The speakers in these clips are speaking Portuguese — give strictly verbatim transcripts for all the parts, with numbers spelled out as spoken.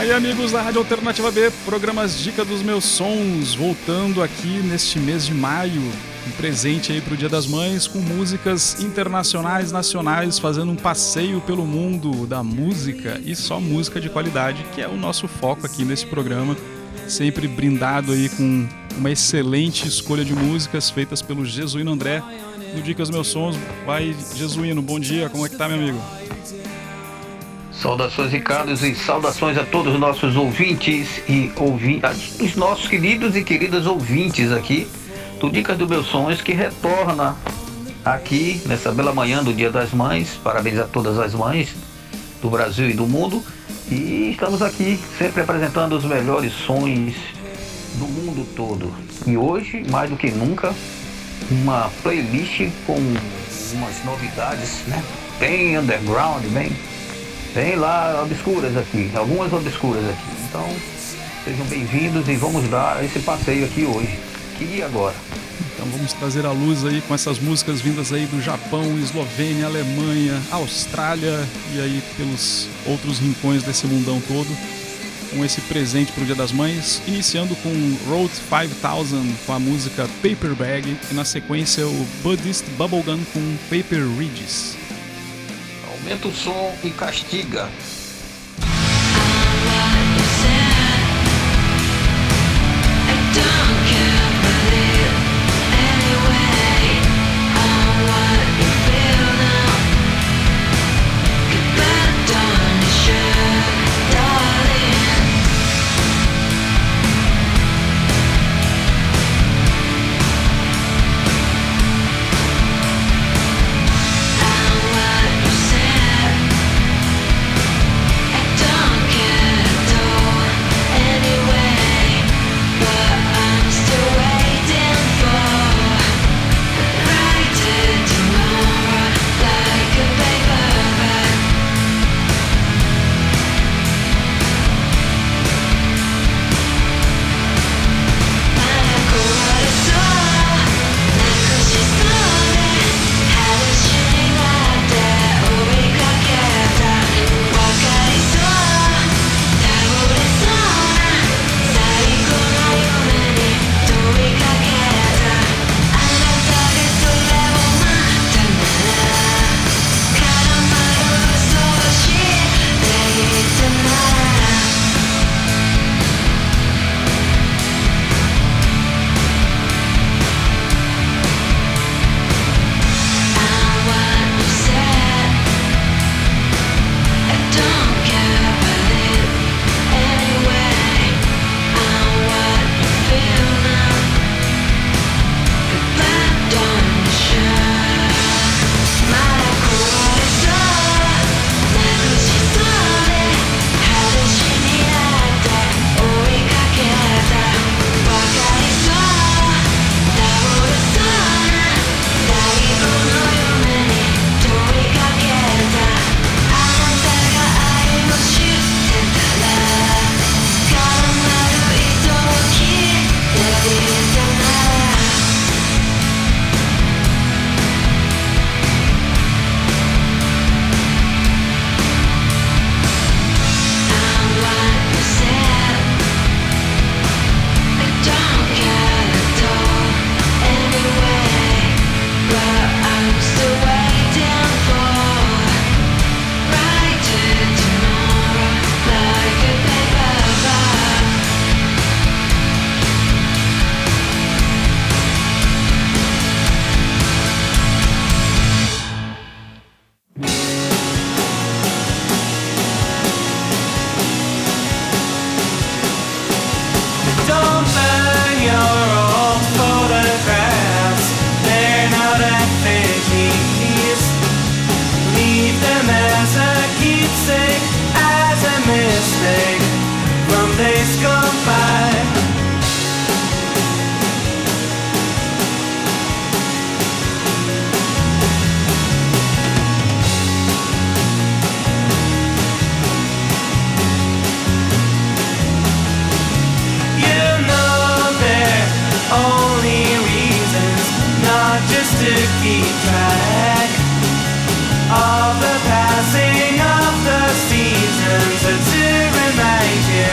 Aí, amigos da Rádio Alternativa B, programas Dica dos Meus Sons, voltando aqui neste mês de maio, um presente aí pro Dia das Mães, com músicas internacionais, nacionais, fazendo um passeio pelo mundo da música e só música de qualidade, que é o nosso foco aqui nesse programa, sempre brindado aí com uma excelente escolha de músicas feitas pelo Jesuíno André, no Dica dos Meus Sons. Vai, Jesuíno, bom dia, como é que tá, meu amigo? Saudações, Ricardo, e saudações a todos os nossos ouvintes e ouvintes, os nossos queridos e queridas ouvintes aqui do Dicas dos Meus Sonhos, que retorna aqui nessa bela manhã do Dia das Mães. Parabéns a todas as mães do Brasil e do mundo. E estamos aqui sempre apresentando os melhores sons do mundo todo. E hoje, mais do que nunca, uma playlist com umas novidades, né? Bem underground, bem... Tem lá obscuras aqui, algumas obscuras aqui. Então, sejam bem-vindos e vamos dar esse passeio aqui hoje. Aqui e agora. Então vamos trazer à luz aí com essas músicas vindas aí do Japão, Eslovênia, Alemanha, Austrália e aí pelos outros rincões desse mundão todo, com esse presente para o Dia das Mães, iniciando com Road cinco mil com a música Paper Bag e na sequência o Buddhist Bubblegum com Paper Ridges. Aumenta o som e castiga. To keep track of the passing of the seasons, and to remind you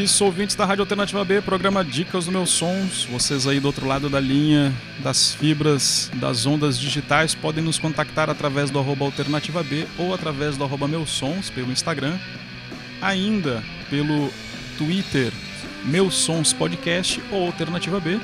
isso, ouvintes da Rádio Alternativa B, programa Dicas dos Meus Sons. Vocês aí do outro lado da linha, das fibras, das ondas digitais, podem nos contactar através do arroba Alternativa B ou através do arroba Meus Sons pelo Instagram. Ainda pelo Twitter, Meus Sons Podcast ou Alternativa B.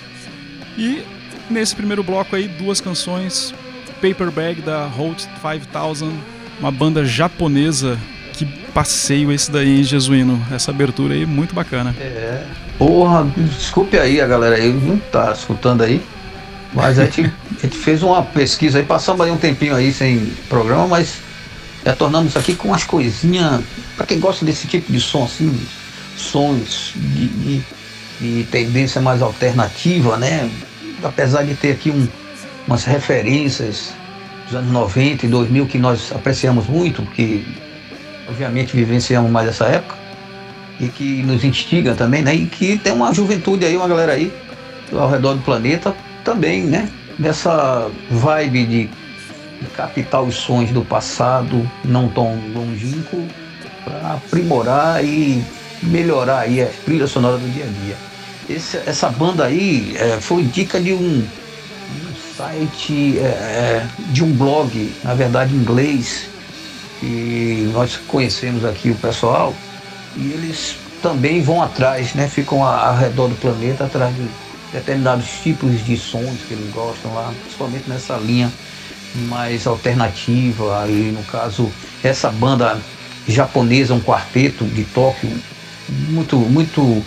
E nesse primeiro bloco aí, duas canções. Paper Bag da Hot cinco mil, uma banda japonesa. Que passeio esse daí, hein, Jesuíno? Essa abertura aí, muito bacana. É, porra, desculpe aí a galera aí, não tá escutando aí, mas a gente, a gente fez uma pesquisa aí, passamos aí um tempinho aí sem programa, mas retornamos aqui com umas coisinhas, pra quem gosta desse tipo de som, assim, sons de, de, de tendência mais alternativa, né? Apesar de ter aqui um, umas referências dos anos noventa e dois mil que nós apreciamos muito, porque obviamente vivenciamos mais essa época e que nos instiga também, né? E que tem uma juventude aí, uma galera aí ao redor do planeta também, né? Nessa vibe de, de captar os sons do passado não tão longínquo para aprimorar e melhorar aí a trilha sonora do dia a dia. Esse, essa banda aí é, foi dica de um, um site, é, de um blog, na verdade em inglês, e nós conhecemos aqui o pessoal e eles também vão atrás, né? Ficam ao redor do planeta atrás de determinados tipos de sons que eles gostam lá, principalmente nessa linha mais alternativa. E no caso, essa banda japonesa, um quarteto de Tóquio, muito, muito,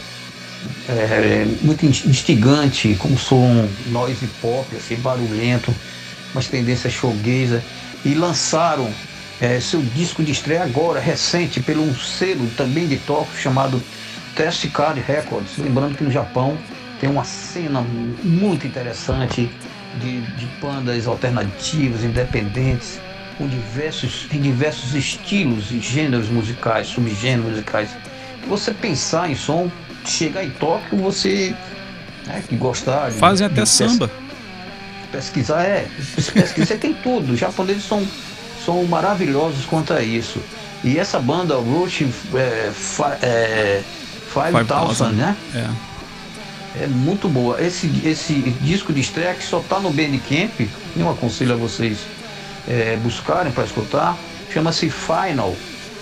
é, muito instigante, com som noise pop, assim, barulhento, umas tendências shoegazer, e lançaram É, seu disco de estreia agora, recente, pelo um selo também de Tóquio chamado Test Card Records. Lembrando que no Japão tem uma cena muito interessante de, de bandas alternativas, independentes, com diversos, em diversos estilos e gêneros musicais, subgêneros musicais. Se você pensar em som, chegar em Tóquio, você né, que gostar de, fazem até de samba. Pesquisar, é, pesquisar tem tudo. Os japoneses são são maravilhosos quanto a isso. E essa banda, Rush é, é, cinco mil, né? É. É muito boa. Esse, esse disco de estreia que só tá no Bandcamp, eu aconselho a vocês é, buscarem para escutar, chama-se Final.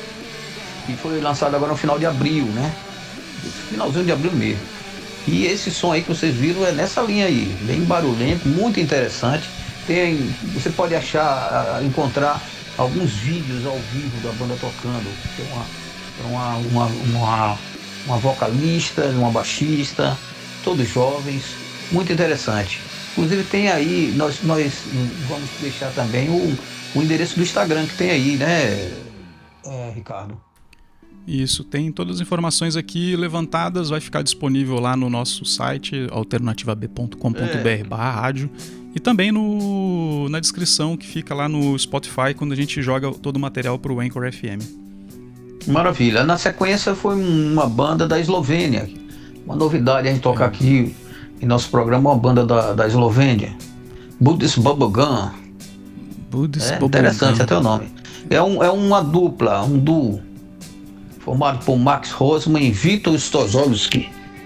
E foi lançado agora no final de abril, né? Finalzinho de abril mesmo. E esse som aí que vocês viram é nessa linha aí, bem barulhento, muito interessante. Tem, você pode achar, encontrar alguns vídeos ao vivo da banda tocando. Tem uma, uma, uma, uma, uma vocalista, uma baixista, todos jovens, muito interessante. Inclusive tem aí, nós, nós vamos deixar também o, o endereço do Instagram que tem aí, né, é, Ricardo? Isso, tem todas as informações aqui levantadas, vai ficar disponível lá no nosso site, alternativa b ponto com ponto b r barra rádio, e também no, na descrição que fica lá no Spotify quando a gente joga todo o material para o Anchor F M. Maravilha. Na sequência foi uma banda da Eslovênia, uma novidade a gente tocar é. aqui em nosso programa, uma banda da, da Eslovênia, Buddhist Bubblegum. Buddhist é Bubblegum. Interessante até o nome. É, um, é uma dupla, um duo, formado por Max Rosman e Vitor Stozowski.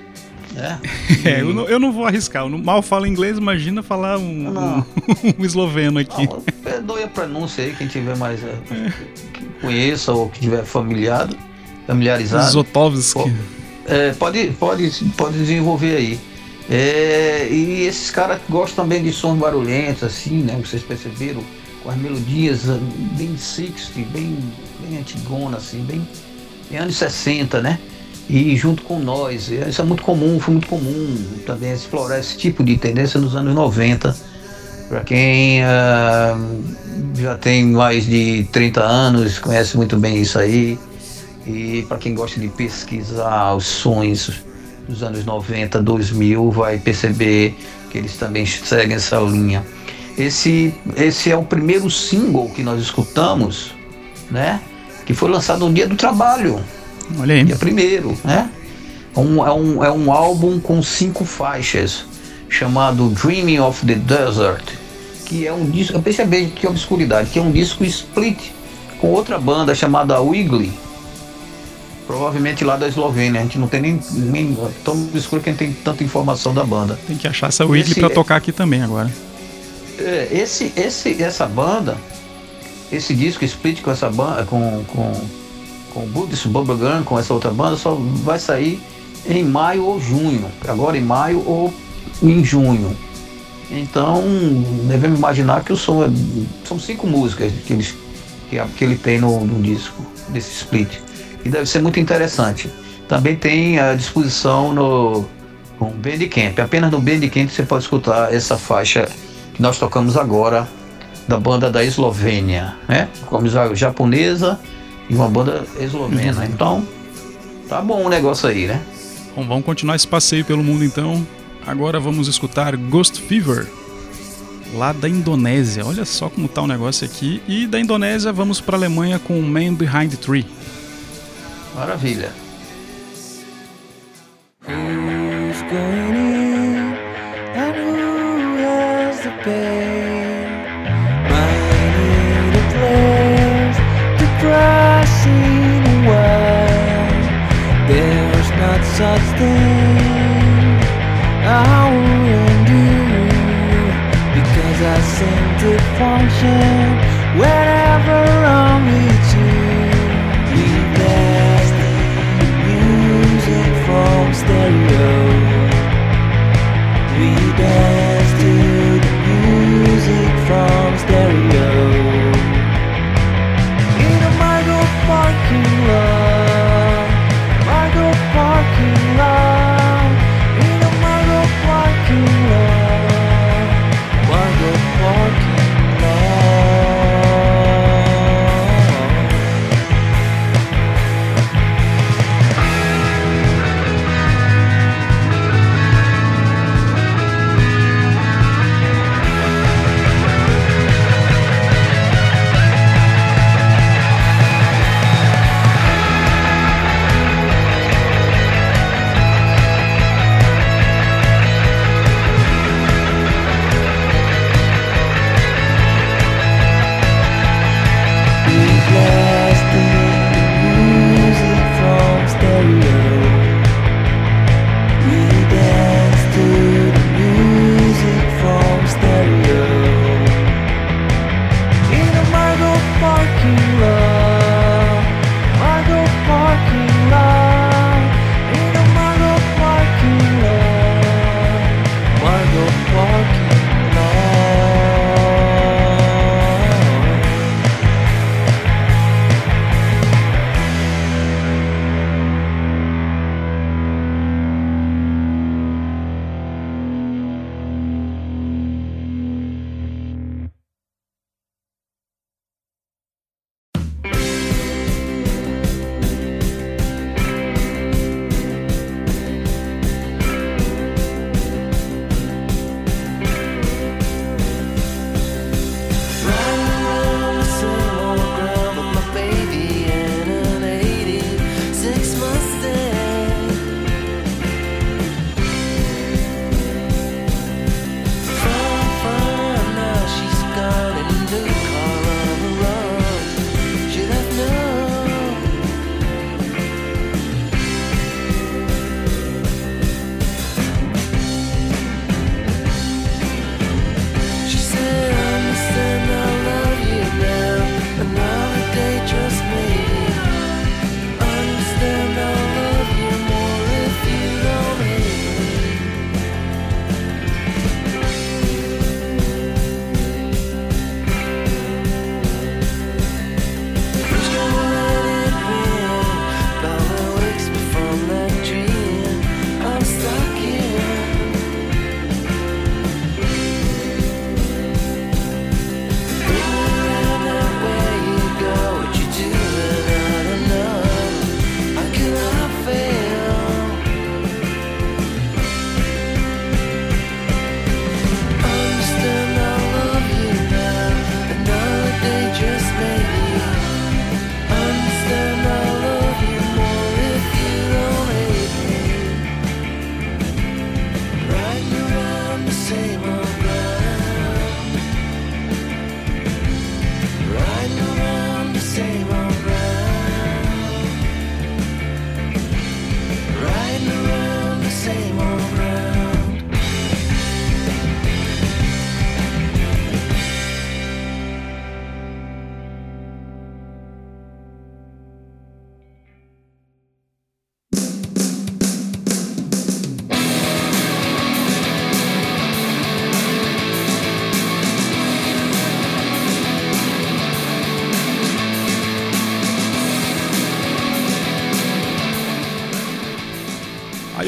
É, e... é eu, não, eu não vou arriscar, eu não, mal falo inglês, imagina falar um, um, um esloveno aqui. Não, perdoe a pronúncia aí, quem tiver mais é, que conheça ou que tiver familiado, familiarizado. Zotowski. É, pode, pode, pode desenvolver aí. É, e esses caras gostam também de sons barulhentos, assim, né? Vocês perceberam, com as melodias bem sessenta, bem, bem antigona, assim, bem, bem anos sessenta, né? E junto com nós, isso é muito comum, foi muito comum também explorar esse tipo de tendência nos anos noventa. Para quem uh, já tem mais de trinta anos, conhece muito bem isso aí. E para quem gosta de pesquisar os sons dos anos noventa, dois mil, vai perceber que eles também seguem essa linha. Esse, esse é o primeiro single que nós escutamos, né? Que foi lançado no Dia do Trabalho. Olha aí. Dia primeiro, né? Um, é, um, é um álbum com cinco faixas, chamado Dreaming of the Desert, que é um disco, eu percebi que obscuridade, que é um disco split com outra banda chamada Wiggly. Provavelmente lá da Eslovênia. A gente não tem nem, nem tão escuro que a gente tem tanta informação da banda. Tem que achar essa Wiggly pra tocar aqui também agora. É, esse, esse, essa banda, esse disco Split com essa banda, com, com, com o Buddhist Bubblegum, com essa outra banda, só vai sair em maio ou junho. Agora em maio ou em junho. Então, devemos imaginar que o som é, são cinco músicas que, eles, que, que ele tem no, no disco, desse Split. E deve ser muito interessante. Também tem à disposição no, no Bandcamp. Apenas no Bandcamp você pode escutar essa faixa que nós tocamos agora, da banda da Eslovênia, né? Como japonesa e uma banda eslovena. Uhum. Então, tá bom o negócio aí, né? Bom, vamos continuar esse passeio pelo mundo então. Agora vamos escutar Ghost Fever, lá da Indonésia. Olha só como tá o negócio aqui. E da Indonésia vamos para a Alemanha com Man Behind the Tree. Maravilha. Who's going in and who has the pain? Might need a place to crash in a while. There's not such thing I wouldn't do, because I seem to function whenever I'm with you. We blast the music from stereo. We dance to the music from stereo. In a Margo parking lot, Margo parking lot. In a Margo parking lot, Margo parking lot.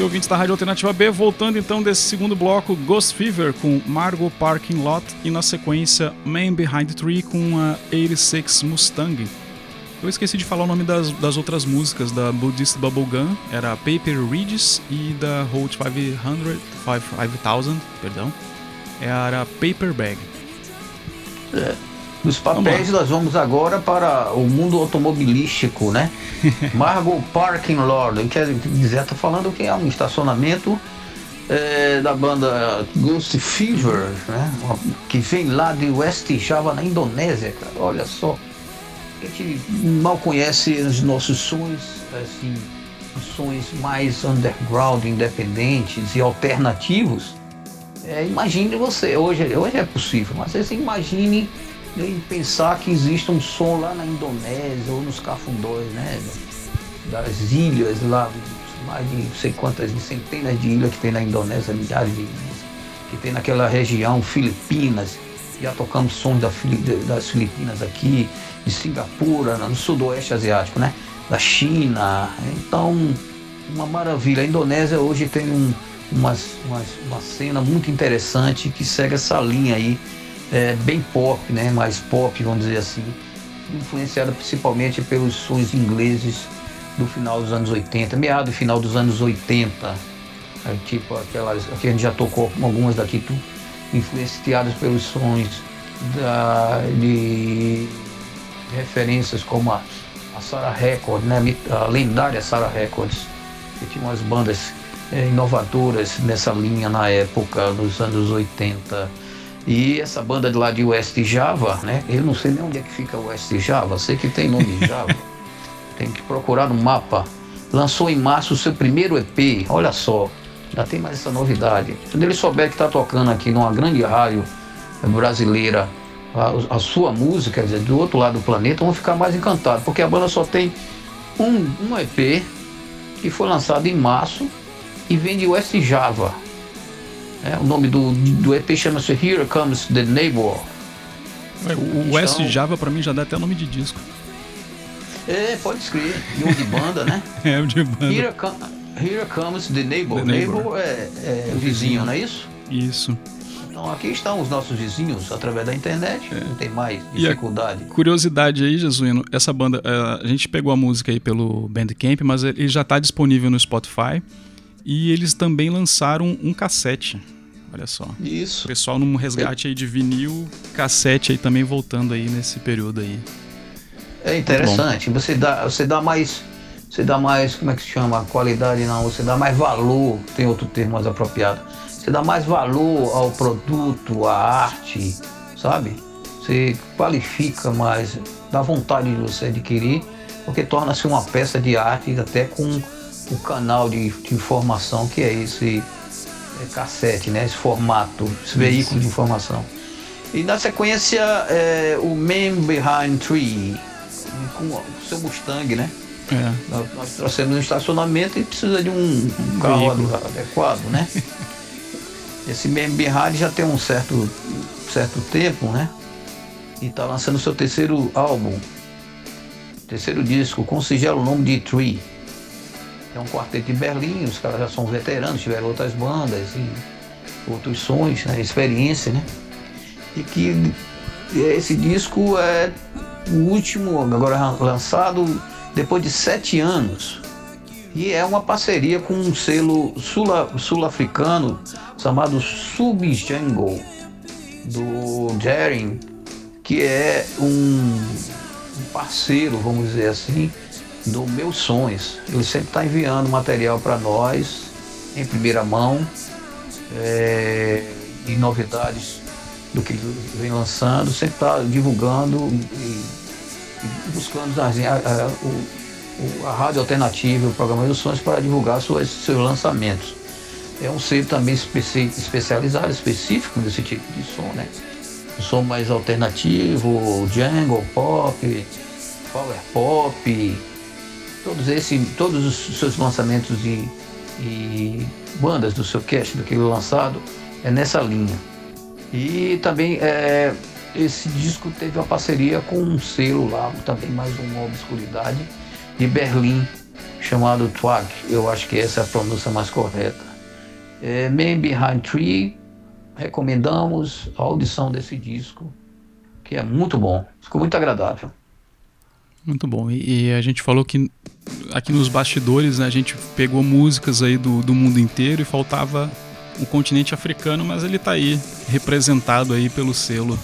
ouvintes da Rádio Alternativa B, voltando então desse segundo bloco, Ghost Fever com Margot Parking Lot e na sequência Man Behind the Tree com a oitenta e seis Mustang. Eu esqueci de falar o nome das, das outras músicas da Buddhist Bubblegum, era Paper Ridges, e da Hot quinhentos, cinco mil, perdão, era Paper Bag. É. Dos papéis nós vamos agora para o mundo automobilístico, né? Margot Parking Lot, quer dizer, estou falando que é um estacionamento é, da banda Ghost Fever, né? Que vem lá de West Java, na Indonésia, cara. Olha só, a gente mal conhece os nossos sons, assim, os sons mais underground, independentes e alternativos. É, imagine você, hoje, hoje é possível, mas você imagine em pensar que existe um som lá na Indonésia ou nos cafundós, né, das ilhas lá, mais de não sei quantas, de centenas de ilhas que tem na Indonésia, milhares de ilhas, que tem naquela região, Filipinas, já tocamos sons da, das Filipinas aqui, de Singapura, no sudoeste asiático, né, da China. Então, uma maravilha. A Indonésia hoje tem um, uma, uma, uma cena muito interessante que segue essa linha aí, É, bem pop, né? Mais pop, vamos dizer assim, influenciada principalmente pelos sons ingleses do final dos anos oitenta, meado e final dos anos oitenta, é, tipo aquelas, aqui a gente já tocou algumas daqui, tu, influenciadas pelos sons da, de referências como a, a Sarah Records, né? A lendária Sarah Records, que tinha umas bandas é, inovadoras nessa linha na época, nos anos oitenta. E essa banda de lá de West Java, né? Eu não sei nem onde é que fica West Java, sei que tem nome Java. Tem que procurar no mapa. Lançou em março o seu primeiro E P, olha só, já tem mais essa novidade. Quando ele souber que está tocando aqui numa grande rádio brasileira a, a sua música, quer dizer, do outro lado do planeta, vão ficar mais encantados, porque a banda só tem um, um E P que foi lançado em março e vem de West Java. É, o nome do, do E P chama-se Here Comes the Neighbor. É, o West então, Java pra mim já dá até nome de disco. É, pode escrever. E o de banda, né? É, o de banda. Here, com, here Comes the Neighbor. The neighbor, neighbor é, é o vizinho, não é isso? Isso. Então aqui estão os nossos vizinhos através da internet. É. Não tem mais dificuldade. Curiosidade aí, Jesuíno, essa banda, a gente pegou a música aí pelo Bandcamp, mas ele já tá disponível no Spotify. E eles também lançaram um cassete, olha só. Isso. O pessoal num resgate aí de vinil, cassete aí também voltando aí nesse período aí. É interessante, você dá, você dá mais, você dá mais, como é que se chama, qualidade não, você dá mais valor, tem outro termo mais apropriado, você dá mais valor ao produto, à arte, sabe? Você qualifica mais, dá vontade de você adquirir, porque torna-se uma peça de arte até com o canal de, de informação que é esse é, cassete, né? Esse formato, esse veículo de informação. E na sequência é, o Man Behind Tree com o seu Mustang, né? É. Nós, nós trouxemos um estacionamento e precisa de um, um carro veículo adequado, né? Esse Man Behind já tem um certo, certo tempo, né? E está lançando o seu terceiro álbum, terceiro disco, com o singelo nome de Tree. É um quarteto de Berlim, os caras já são veteranos, tiveram outras bandas e outros sons, né, experiência, né? E que esse disco é o último, agora lançado depois de sete anos. E é uma parceria com um selo sul- sul-africano chamado Subjangle, do Daring, que é um parceiro, vamos dizer assim, do Meus Sons. Ele sempre está enviando material para nós em primeira mão, é, e novidades do que ele vem lançando, sempre está divulgando e, e buscando a, a, a, a rádio alternativa, o programa Meus Sons, para divulgar suas, seus lançamentos. É um selo também especi, especializado, específico desse tipo de som, né? Um som mais alternativo, jungle, pop, power pop. Todos, esse, todos os seus lançamentos e, e bandas do seu cast, do que ele lançado, é nessa linha. E também é, esse disco teve uma parceria com um selo lá, também mais uma obscuridade, de Berlim, chamado Twag, eu acho que essa é a pronúncia mais correta. É, Man Behind Tree, recomendamos a audição desse disco, que é muito bom, ficou muito agradável. Muito bom, e, e a gente falou que aqui nos bastidores, né, a gente pegou músicas aí do, do mundo inteiro e faltava o continente africano, mas ele tá aí, representado aí pelo selo,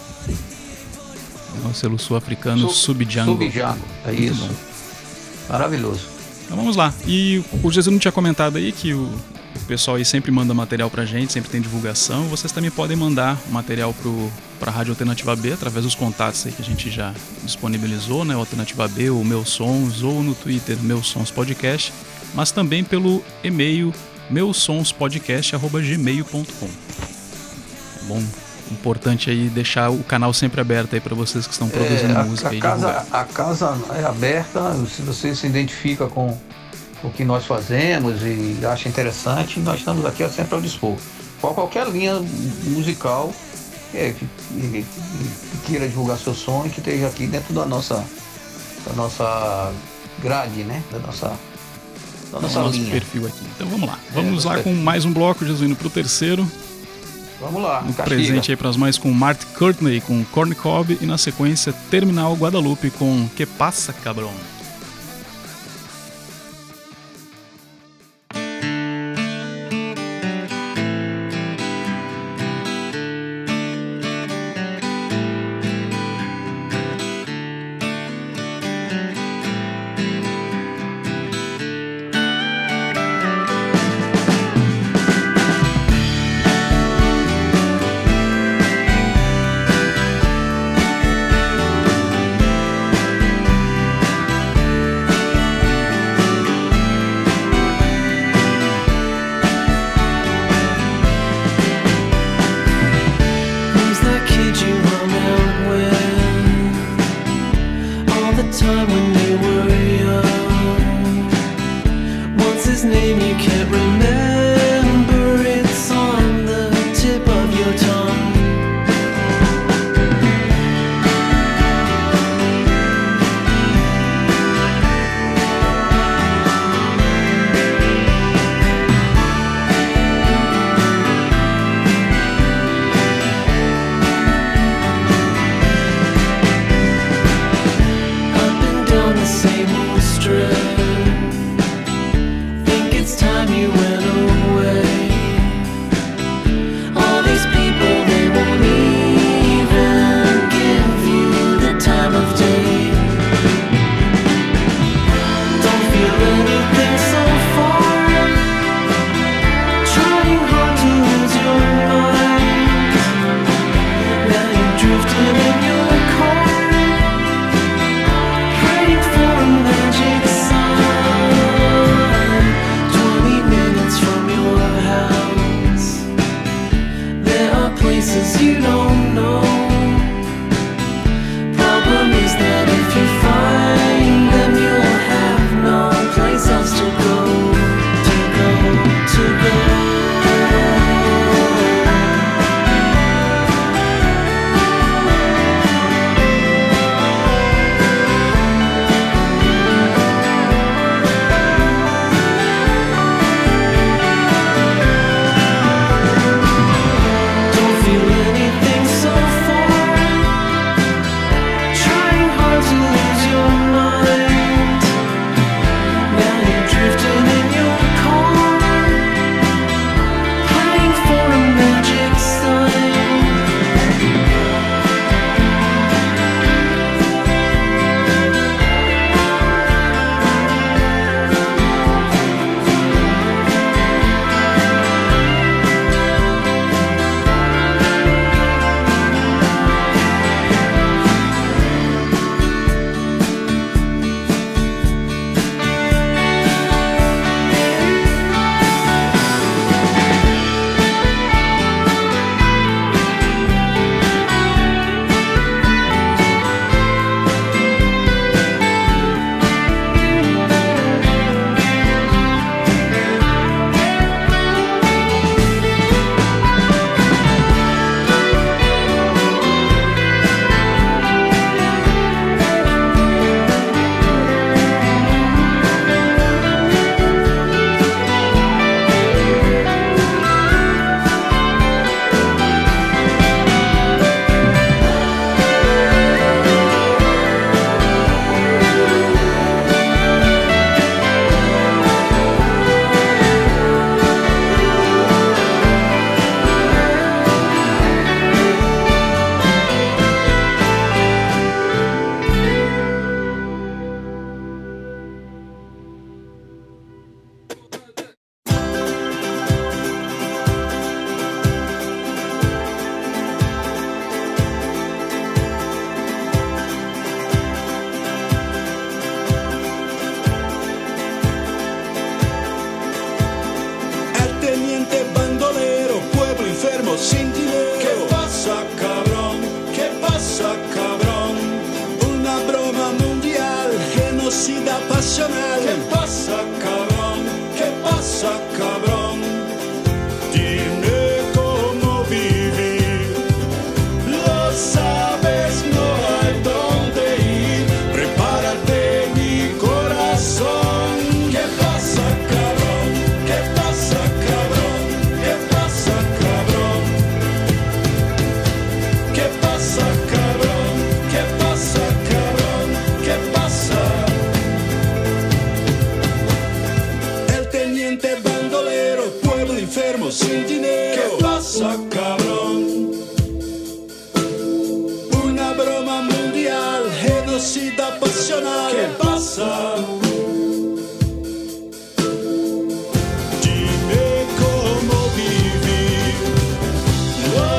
o selo sul-africano, Subjango. Subjango, é muito isso. Bom. Maravilhoso. Então vamos lá. E o Jesus não tinha comentado aí que o O pessoal aí sempre manda material pra gente, sempre tem divulgação. Vocês também podem mandar material pro, pra Rádio Alternativa B, através dos contatos aí que a gente já disponibilizou, né? O Alternativa B, o Meus Sons, ou no Twitter, Meus Sons Podcast, mas também pelo e-mail meusonspodcast arroba gmail ponto com. É bom, importante aí deixar o canal sempre aberto aí pra vocês que estão produzindo é, a, música. A, aí casa, a casa é aberta, se você se identifica com o que nós fazemos e acha interessante, nós estamos aqui sempre ao dispor. Qual, qualquer linha musical é, que, que, que queira divulgar seu som e que esteja aqui dentro da nossa, da nossa grade, né? Da nossa, da nossa nosso linha. Perfil aqui. Então vamos lá. Vamos é, lá com mais um bloco, Jesus, indo pro terceiro. Vamos lá. Um presente aí para as mães com Marty Courtney, com Corn Cob, e na sequência Terminal Guadalupe com Que Passa, Cabrão. So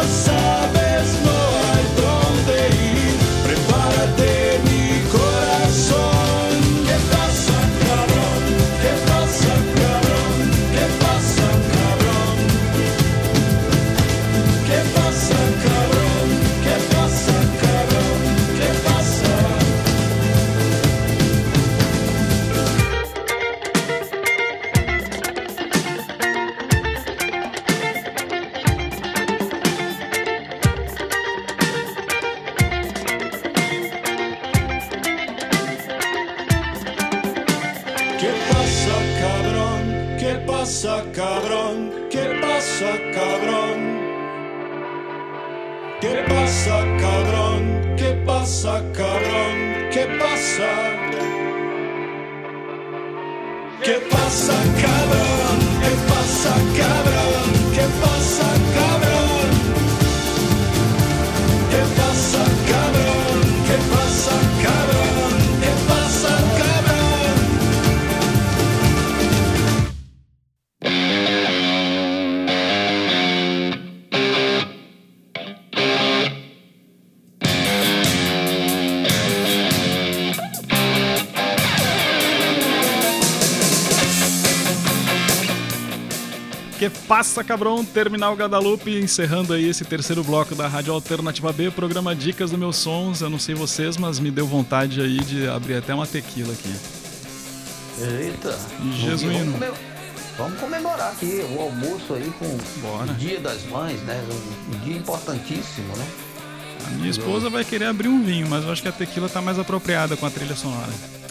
sabes, no hay dónde ir. Prepárate, mi corazón. ¿Qué pasa, cabrón? ¿Qué pasa, cabrón? ¿Qué pasa, cabrón? ¿Qué pasa, cabrón? ¿Qué pasa, cabrón? ¿Qué pasa? ¿Qué pasa, cabrón? ¿Qué pasa, cabrón? ¿Qué pasa, cabrón? ¿Qué pasa, cabrón? ¿Qué pasa, cabrón? ¿Qué pasa? ¿Qué pasa, cabrón? ¿Qué pasa, cabrón? ¿Qué pasa, cabrón? ¿Qué pasa, cabrón? ¿Qué pasa, cabrón? ¿Qué pasa, cabrón? Que passa, cabrão? Terminal Guadalupe, encerrando aí esse terceiro bloco da Rádio Alternativa B, programa Dicas dos Meus Sons. Eu não sei vocês, mas me deu vontade aí de abrir até uma tequila aqui. Eita. Jesuíno. Vamos, comem- vamos comemorar aqui o almoço aí com Bora. o Dia das Mães, né? Um, um dia importantíssimo, né? A minha esposa vai querer abrir um vinho, mas eu acho que a tequila tá mais apropriada com a trilha sonora.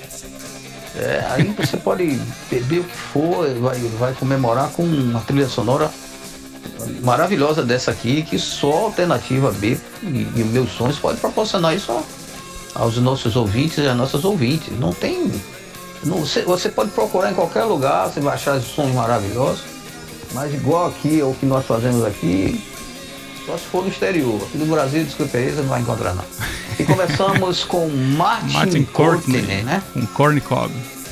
É, aí você pode beber o que for, vai, vai comemorar com uma trilha sonora maravilhosa dessa aqui, que só a Alternativa B e, e os meus sons pode proporcionar isso a- aos nossos ouvintes e às nossas ouvintes. Não tem. Não, você, você pode procurar em qualquer lugar, você vai achar sons maravilhosos, mas igual aqui, o que nós fazemos aqui, só se for no exterior. Aqui no Brasil, desculpa aí, você não vai encontrar não. E começamos com Martin, Martin Courtney, Courtney, né? com Corny Cob.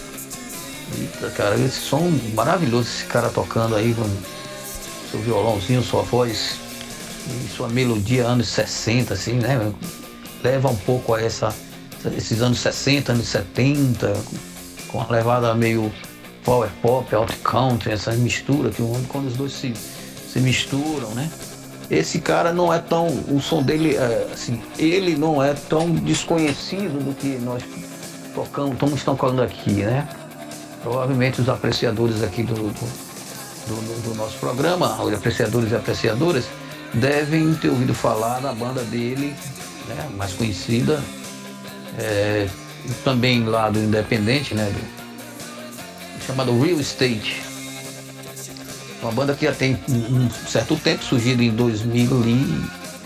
Eita, cara, esse som maravilhoso, esse cara tocando aí com seu violãozinho, sua voz e sua melodia anos sessenta, assim, né? Leva um pouco a essa, esses anos sessenta, anos setenta, com uma levada meio power pop, alt country, essa mistura, que quando os dois se, se misturam, né? Esse cara não é tão, o som dele, é, assim, ele não é tão desconhecido do que nós tocamos, estamos tocando aqui, né? Provavelmente os apreciadores aqui do, do, do, do nosso programa, os apreciadores e apreciadoras, devem ter ouvido falar da banda dele, né, mais conhecida, é, também lá do Independente, né, do, chamado Real Estate. Uma banda que já tem um certo tempo, surgida em dois mil e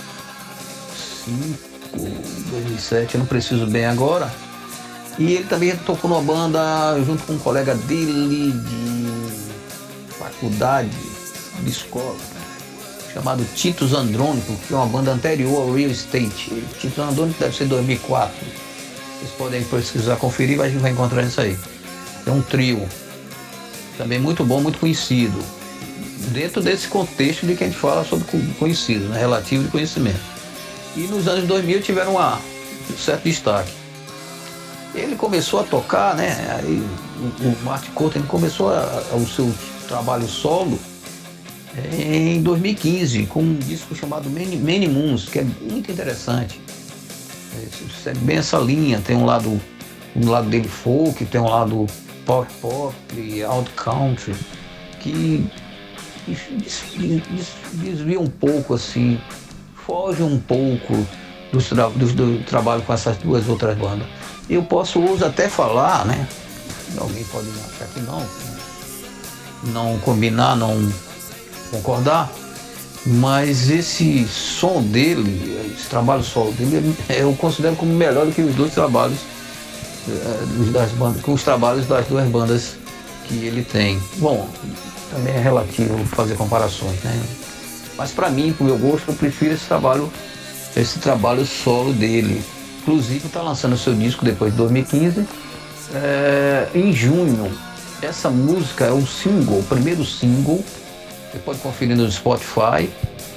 cinco, dois mil e sete, eu não preciso bem agora. E ele também tocou numa banda junto com um colega dele de faculdade, de escola, chamado Titus Andrônico, que é uma banda anterior ao Real Estate. Titus Andrônico deve ser dois mil e quatro. Vocês podem pesquisar, conferir, mas a gente vai encontrar isso aí. É um trio, também muito bom, muito conhecido. Dentro desse contexto de que a gente fala sobre conhecido, né? Relativo de conhecimento. E nos anos dois mil tiveram uma, um certo destaque. Ele começou a tocar, né? Aí, o, o Martin Courtney começou a, a, o seu trabalho solo em dois mil e quinze com um disco chamado Many, Many Moons, que é muito interessante. É, segue bem essa linha, tem um lado, um lado dele folk, tem um lado power pop, alt country, que desvia um pouco assim, foge um pouco do, tra do, do trabalho com essas duas outras bandas. Eu posso uso até falar, né? Alguém pode achar que não, não combinar, não concordar, mas esse som dele, esse trabalho solo dele, eu considero como melhor do que os dois trabalhos, das bandas, com os trabalhos das duas bandas que ele tem. Bom, também é relativo fazer comparações, né? Mas para mim, pro meu gosto, eu prefiro esse trabalho, esse trabalho solo dele. Inclusive está lançando o seu disco depois de dois mil e quinze, é, em junho. Essa música é o single, o primeiro single. Você pode conferir no Spotify.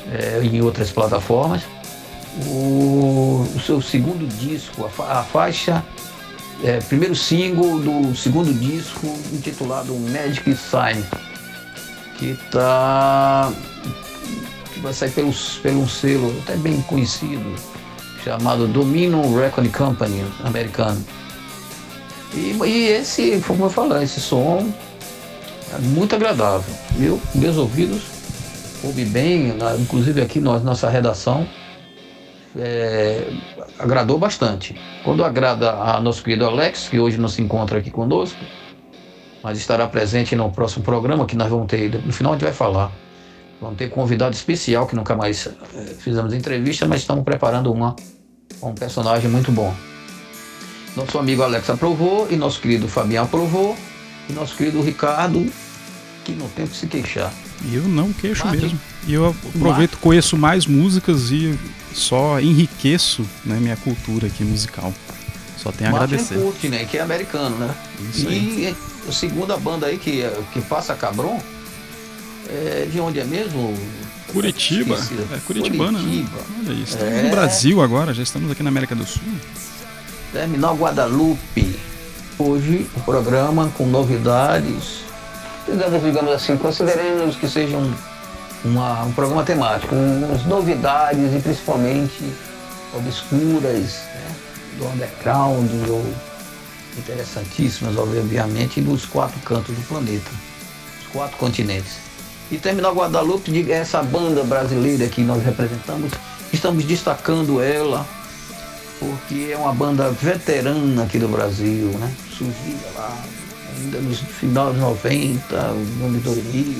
é, em outras plataformas. O, o seu segundo disco, a, fa, a faixa, é, primeiro single do segundo disco, intitulado Magic Sign, que tá, que vai sair pelo, pelo um selo até bem conhecido, chamado Dominion Recording Company, americano. E, e esse, como eu falei, esse som é muito agradável. Meu, meus ouvidos ouvi bem, na, inclusive aqui na nossa redação, é, agradou bastante. Quando agrada a nosso querido Alex, que hoje não se encontra aqui conosco, mas estará presente no próximo programa, que nós vamos ter, no final a gente vai falar. Vamos ter convidado especial, que nunca mais é, fizemos entrevista, mas estamos preparando uma, um personagem muito bom. Nosso amigo Alex aprovou, e nosso querido Fabiano aprovou, e nosso querido Ricardo, que não tem o que se queixar. E eu não queixo Martin. mesmo. E eu aproveito, conheço mais músicas e só enriqueço, né, minha cultura aqui musical. Só tenho a Martin agradecer. Curti, né, que é americano, né? Isso aí. E a segunda banda aí que, que passa Cabron, é, de onde é mesmo? Curitiba. Esqueci. É curitibana, Curitiba. né? Olha isso. Estamos É. no Brasil agora, já estamos aqui na América do Sul. Terminal Guadalupe. Hoje o programa com novidades, digamos, digamos assim, consideremos que seja um, uma, um programa temático, com as novidades e principalmente obscuras, né, do underground ou interessantíssimas, obviamente, dos quatro cantos do planeta, os quatro continentes. E Terminal Guadalupe, essa banda brasileira que nós representamos, estamos destacando ela porque é uma banda veterana aqui do Brasil, né? Surgia lá ainda nos final dos noventa, no ano dois mil,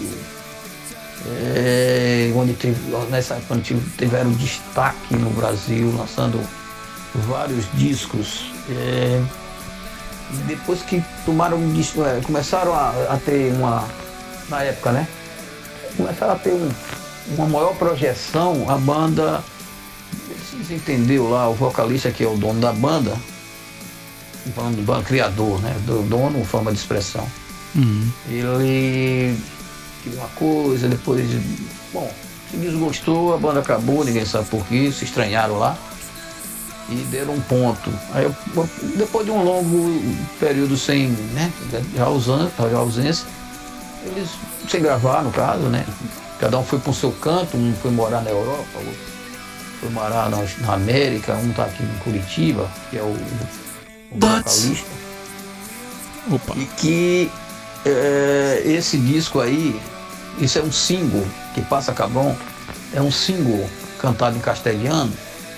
é, onde teve, nessa época tiveram destaque no Brasil, lançando vários discos. É, e depois que tomaram, é, começaram a, a ter uma, na época, né? Começaram a ter um, uma maior projeção, a banda. Você entendeu lá, o vocalista que é o dono da banda, falando do banda, criador, né? Do dono, forma de expressão. Uhum. Ele queria uma coisa, depois, bom, se desgostou, a banda acabou, ninguém sabe por quê, se estranharam lá e deram um ponto. Aí, eu, depois de um longo período sem, né? Já ausência, já ausência, eles sem gravar, no caso, né? Cada um foi para o seu canto, um foi morar na Europa, outro foi morar na, na América, um tá aqui em Curitiba, que é o, o vocalista. Opa. E que é, esse disco aí, isso é um single, que passa Cabron, é um single cantado em castelhano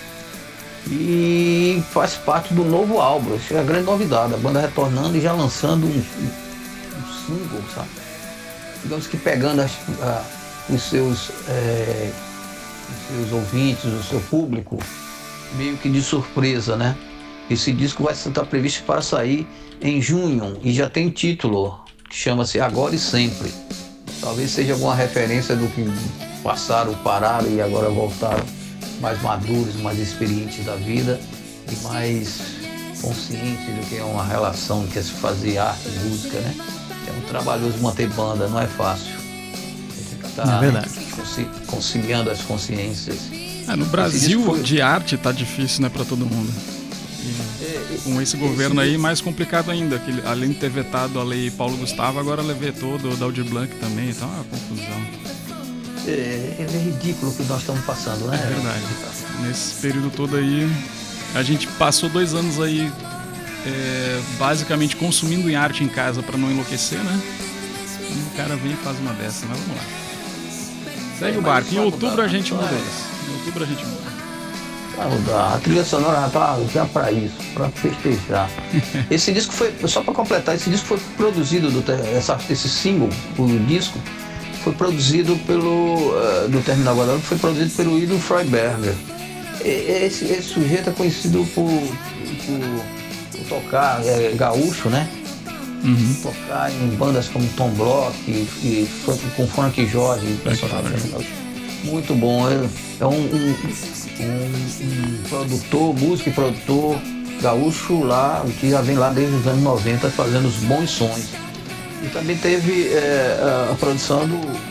e faz parte do novo álbum. Isso é a grande novidade, a banda retornando e já lançando um, um, um single, sabe? Digamos que pegando as, a, os seus... É, os seus ouvintes, o seu público, meio que de surpresa, né? Esse disco vai estar previsto para sair em junho e já tem título, que chama-se Agora e Sempre. Talvez seja alguma referência do que passaram, pararam e agora voltaram mais maduros, mais experientes da vida e mais conscientes do que é uma relação, que é se fazer arte e música, né? É um trabalhoso manter banda, não é fácil. Tá, é verdade. Né? Conciliando as consciências. É, no Brasil, foi... de arte tá difícil, né, para todo mundo. E, é, com esse governo esse... aí, mais complicado ainda. Que, além de ter vetado a lei Paulo Gustavo, agora vetou do Aldir Blanc também, então é uma confusão. É, é ridículo o que nós estamos passando, né? É verdade. Nesse período todo aí, a gente passou dois anos aí é, basicamente consumindo em arte em casa para não enlouquecer, né? E o cara vem e faz uma dessa, mas vamos lá. Segue o barco. Em outubro a gente muda isso. Em outubro a gente muda. Vai mudar. A trilha sonora já tá já pra isso, pra festejar. Esse disco foi, só pra completar, esse disco foi produzido, do, essa, esse single, o disco, foi produzido pelo, uh, do Terminal Guadalupe, foi produzido pelo Ido Freiberger. Esse, esse sujeito é conhecido por, por, por tocar, é gaúcho, né? Uhum. Tocar em bandas como Tom Block e, e com Frank Jorge, personagem muito bom. É, é um, um, um, um produtor, músico e produtor gaúcho lá, que já vem lá desde os anos noventa fazendo os bons sons. E também teve é, a produção do,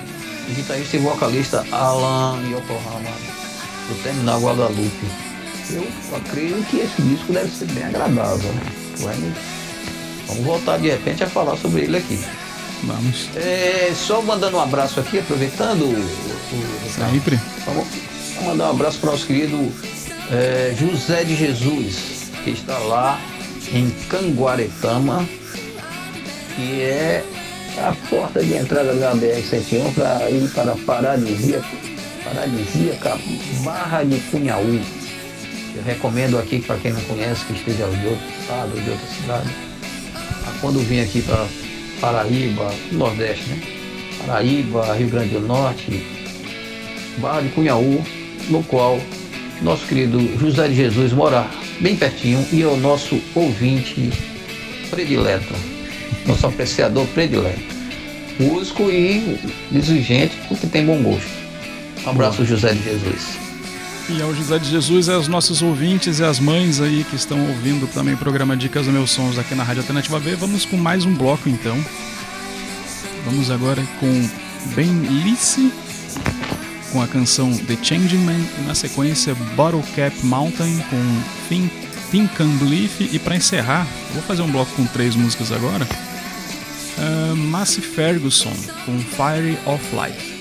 o guitarrista e vocalista Alan Yokohama, do Terminal Guadalupe. Eu acredito que esse disco deve ser bem agradável, né? Vamos, vamos voltar de repente a falar sobre ele aqui. Vamos. É, só mandando um abraço aqui, aproveitando o, o, Sempre. Vamos, vamos mandar um abraço para o nosso querido é, José de Jesus, que está lá em Canguaretama, que é a porta de entrada da B R cento e um para ir para a paradisíaca, paradisíaca Barra de Cunhaú. Eu recomendo aqui para quem não conhece, que esteja de outro estado, de outra cidade, quando vim aqui para Paraíba, Nordeste, né? Paraíba, Rio Grande do Norte, Barra de Cunhaú, no qual nosso querido José de Jesus mora bem pertinho e é o nosso ouvinte predileto, nosso apreciador predileto, músico e exigente, porque tem bom gosto. Um abraço, Boa. José de Jesus. E ao José de Jesus, aos nossos ouvintes e as mães aí que estão ouvindo também o programa Dicas dos Meus Sons aqui na Rádio Alternativa B. Vamos com mais um bloco então. Vamos agora com Ben Lice, com a canção The Changing Man, e na sequência Bottle Cap Mountain com Think, Think and Believe. E para encerrar, vou fazer um bloco com três músicas agora. Uh, Massey Ferguson com Fire of Life.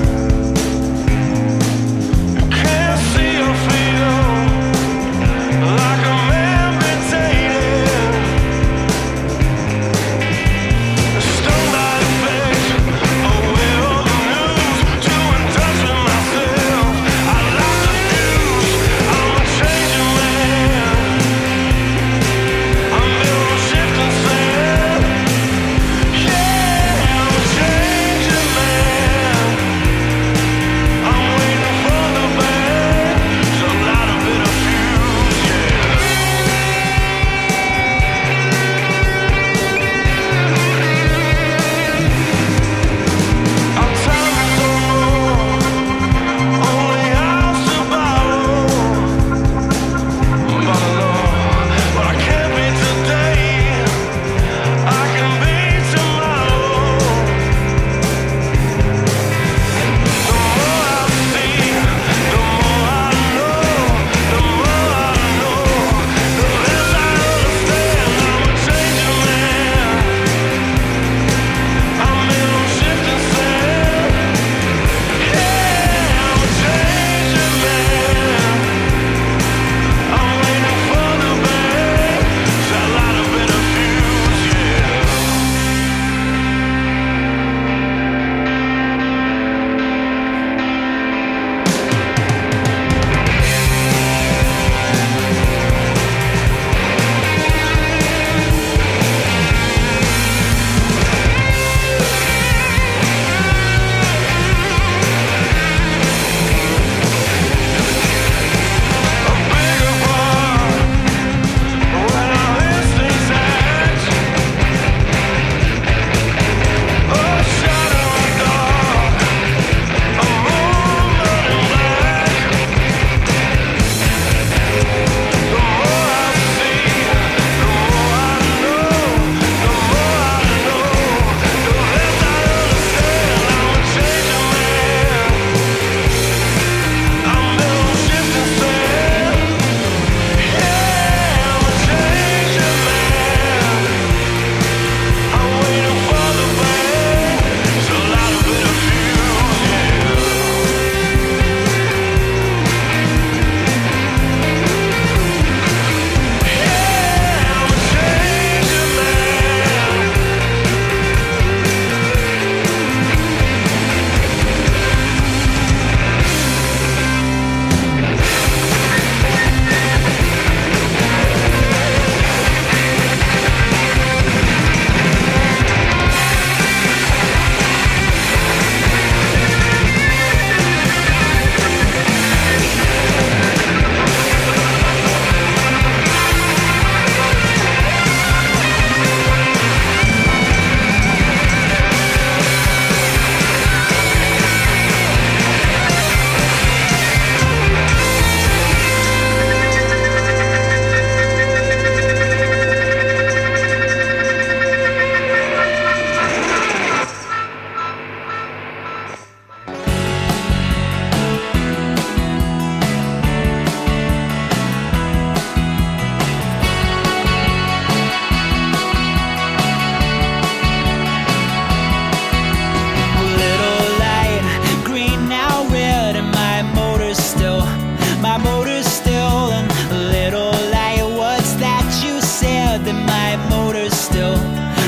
See your freedom.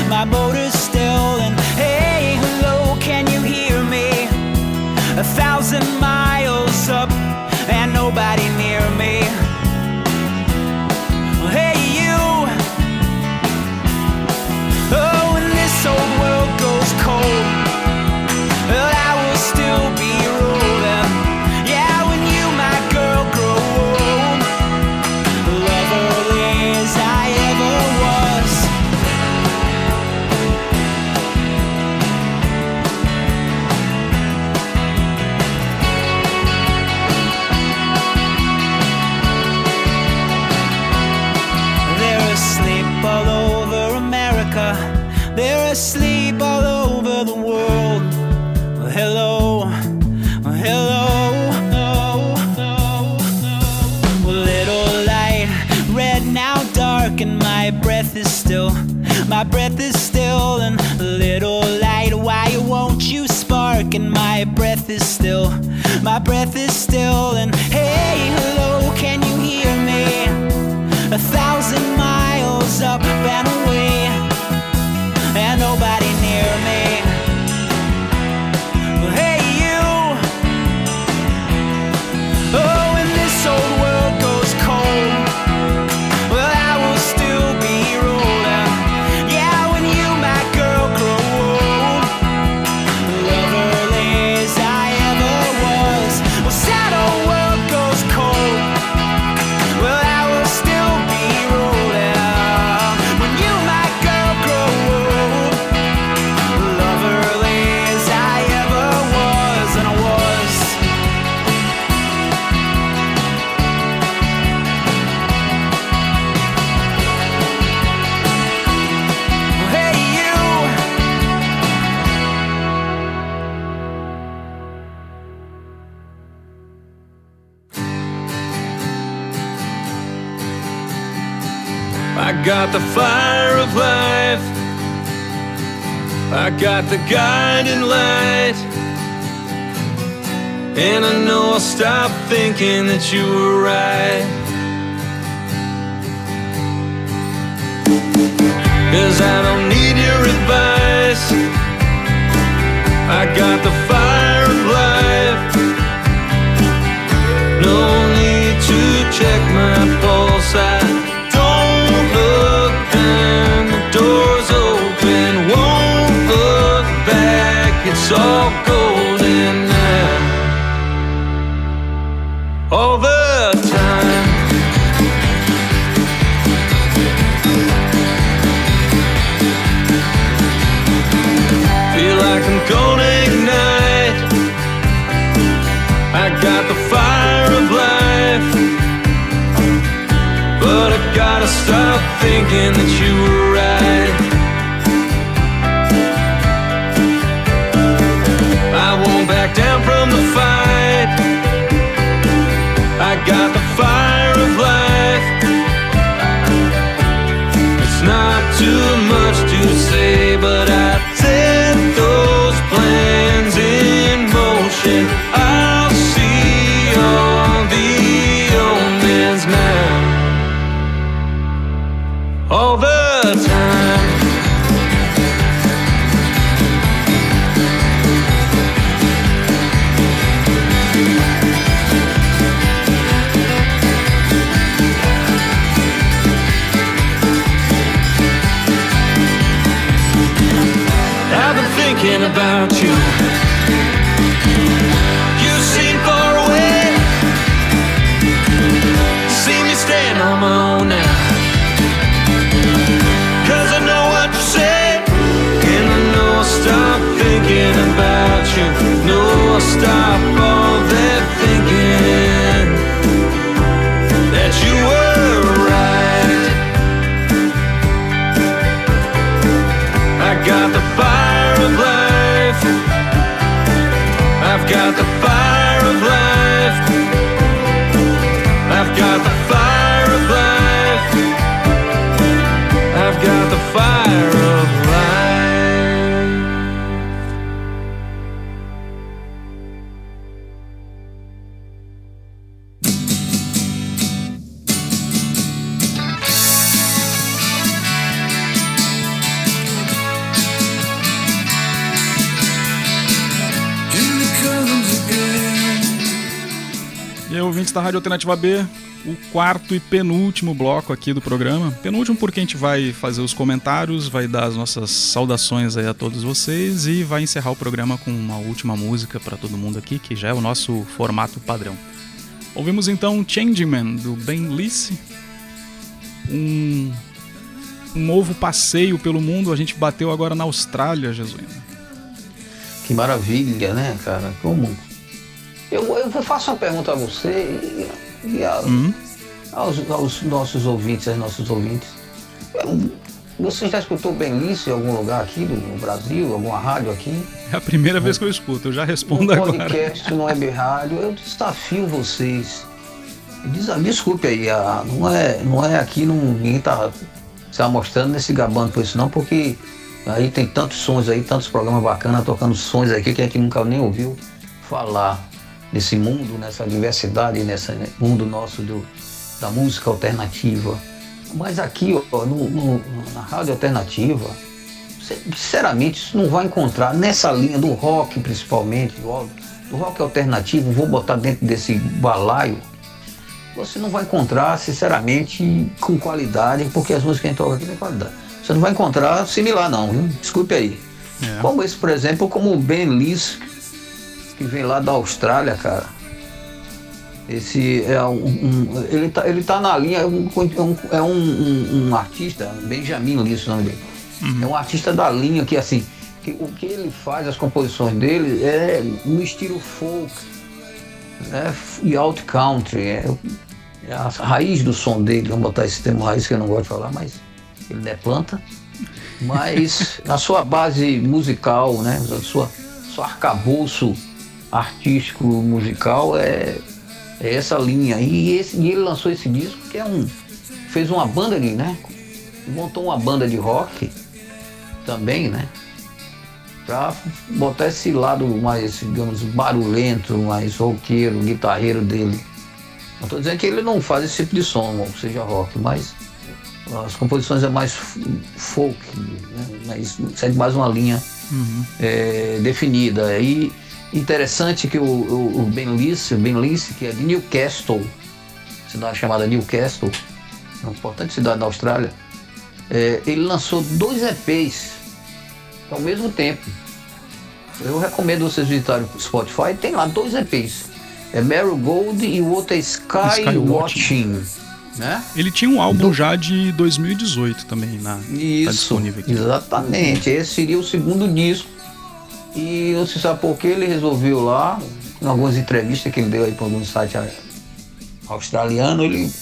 my motor's still. And hey, hello, can you hear me? A thousand miles up and nobody near me. Hey, you. Oh, when this old world goes cold, well, I will still be rolling. Yeah, when you, my girl, grow old, loverly as I ever was. They're asleep all over America. They're asleep all over the world. Well, hello, well, hello. Well, little light, red now dark, and my breath is still, my breath is still. And little light, why won't you spark? And my breath is still, my breath is still. And hey, hello, can you hear me? A thousand miles up and away, and nobody near me. Well, hey, you. Oh, when this old world goes cold, well, I will still be rolling. Yeah, when you, my girl, grow old, loverly as I ever was. Well, sad old world goes cold, well, I will still be rolling. When you, my girl, grow old, loverly as I ever was, and I was. Well, hey, you. I got the fire of life, I got the guiding light, and I know I'll stop thinking that you were right. 'Cause I don't need your advice, I got the fire of life. No need to check my pulse, I don't look down, the door's open, won't look back, it's all golden now, all the time. Feel like I'm gonna ignite, I got the fire of life, but I gotta stop thinking that you were right. I won't back down from the fight, I got the fire of life. It's not too much to say, but I set those plans in motion. I'll see all the omens now, all the time. I've been thinking about you, you seem far away, see me stand on my own now. 'Cause I know what you say, and I know I'll stop thinking about you. No, I'll stop all that thinking that you were right. I got the fire of life, I've got the fire of life, I've got the fire of life, I've got the fire of life. ouvintes da Rádio Alternativa B, o quarto e penúltimo bloco aqui do programa. Penúltimo porque a gente vai fazer os comentários, vai dar as nossas saudações aí a todos vocês e vai encerrar o programa com uma última música para todo mundo aqui, que já é o nosso formato padrão. Ouvimos então Changeman, do Ben Lisse, um, um novo passeio pelo mundo. A gente bateu agora na Austrália, Jesuíno. Que maravilha, né, cara? Como... Eu, eu faço uma pergunta a você e, e a, uhum. aos, aos nossos ouvintes, aos nossos ouvintes. Você já escutou Ben Lisse em algum lugar aqui no Brasil, alguma rádio aqui? É a primeira no, vez que eu escuto, eu já respondo no agora. No podcast, no web rádio, eu desafio vocês. Desculpe aí, a, não, é, não é aqui, não, ninguém está se amostrando nesse gabando por isso não, porque aí tem tantos sons aí, tantos programas bacanas tocando sons aqui que a gente nunca nem ouviu falar. Nesse mundo, nessa diversidade, nesse mundo nosso do, da música alternativa. Mas aqui, ó, no, no, na rádio alternativa, sinceramente, isso não vai encontrar nessa linha do rock, principalmente, do, do rock alternativo, vou botar dentro desse balaio, você não vai encontrar, sinceramente, com qualidade, porque as músicas que a gente toca aqui têm qualidade. Você não vai encontrar similar não, viu? Desculpe aí. É. Como esse, por exemplo, como o Ben Lisse, que vem lá da Austrália, cara. Esse é um, um ele tá ele tá na linha, é um, é um, um, um artista, Benjamin Lisse, o nome dele. Uhum. É um artista da linha que assim, que, o que ele faz, as composições dele é no estilo folk, né, e alt country, é, é a raiz do som dele. Vamos botar esse termo raiz que eu não gosto de falar, mas ele não é planta. Mas na sua base musical, né, a sua seu arcabouço artístico, musical, é, é essa linha. E, esse, e ele lançou esse disco que é um... fez uma banda ali, né? Montou uma banda de rock também, né? Pra botar esse lado mais, digamos, barulhento, mais roqueiro, guitarreiro dele. Não tô dizendo que ele não faz esse tipo de som, ou seja rock, mas as composições é mais folk, né? Mas segue mais uma linha uhum. é, definida. E interessante que o, o, o Ben Lisse, Ben Lisse, que é de Newcastle, cidade chamada Newcastle, uma importante cidade da Austrália, é, ele lançou dois E Pês ao mesmo tempo. Eu recomendo vocês visitarem o Spotify, tem lá dois E Pês. É Marigold e o outro é Sky, Sky Watching. Watching, né? Ele tinha um álbum Do... já de dois mil e dezoito também, na, Isso, tá disponível aqui. Exatamente, esse seria o segundo disco. E você sabe por que ele resolveu lá, em algumas entrevistas que ele deu aí para algum site australiano, ele